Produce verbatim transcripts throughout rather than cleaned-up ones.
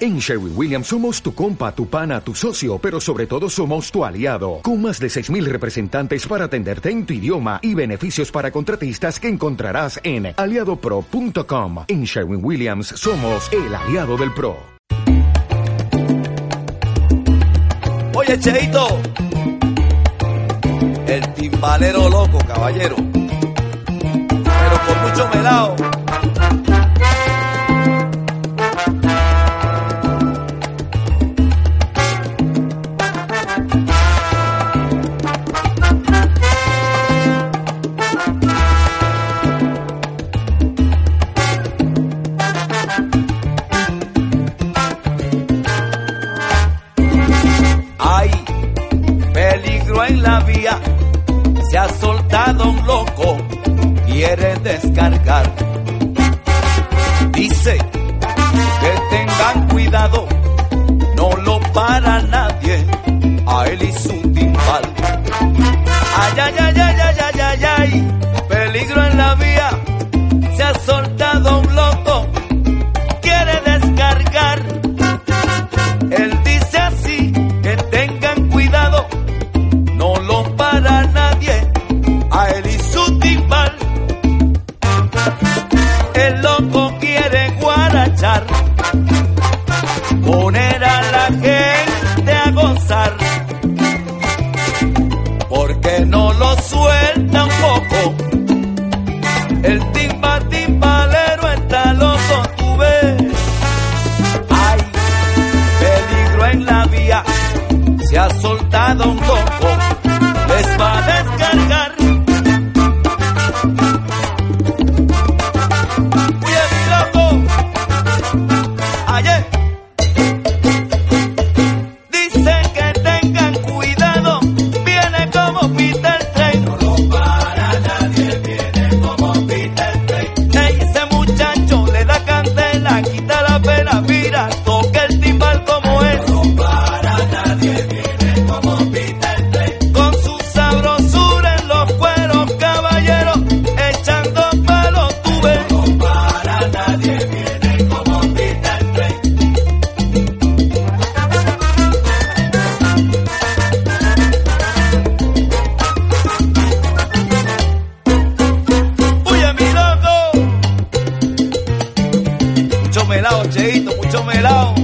En Sherwin-Williams somos tu compa, tu pana, tu socio, pero sobre todo somos tu aliado, con más de seis mil representantes para atenderte en tu idioma y beneficios para contratistas que encontrarás en aliado pro punto com. En Sherwin-Williams somos el aliado del pro. Oye, Cheito, el timbalero loco, caballero, pero con mucho melao. En la vía se ha soltado un loco, quiere descargar. Dice que tengan cuidado, no lo para nadie, a él y su timbal. Ay, ay, ay, ay, ay, ay, ay, ay, peligro en la vía, se ha soltado un loco, quiere descargar. Él dice así, que tengan cuidado, no lo para nadie, a él y su timbal. El loco quiere guarachar, poner a la gente a gozar, porque no lo suelta un poco. El timba timbalero está loco, tú ves. Hay peligro en la vía, se ha soltado un loco, les va a descargar. Oye, mi loco, ayer dice que tengan cuidado, viene como Peter Train. No lo para nadie, viene como Peter Train. Ey, ese muchacho le da candela, quita la pena, mira, toca el timbal como es. No lo para nadie, viene como Peter Train. Con su sabrosura en los cueros, caballero, echando palos, tú ves. No para nadie, viene como Peter Train. Oye, mi loco, mucho melao, Cheito, mucho melao.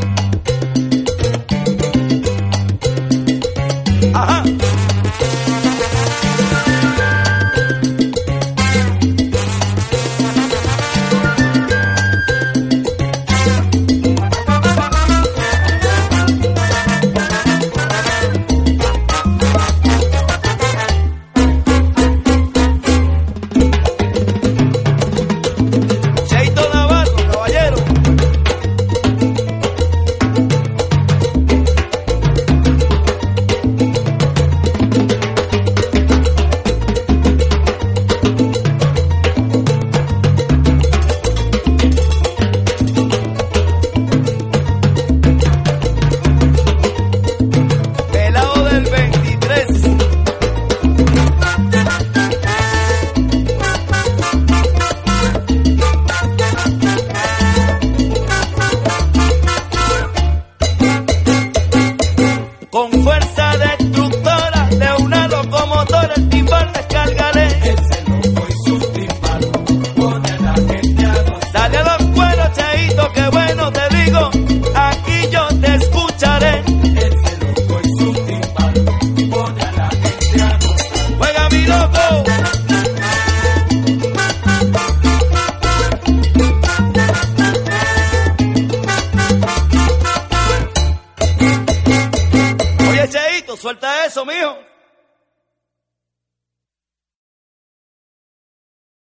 Ajá. Cheito Navarro, caballero. Pelao del veintitrés. Con fuerza destructora de una locomotora, el timbal descargaré. Ese loco y su timbal pone a la gente a gozar. Dale a los cueros, Cheito, que bueno te digo, aquí yo te escucharé. Ese loco y su timbal pone a la gente a gozar. Juega, mi loco. Oye, Cheito, suelta eso, mijo.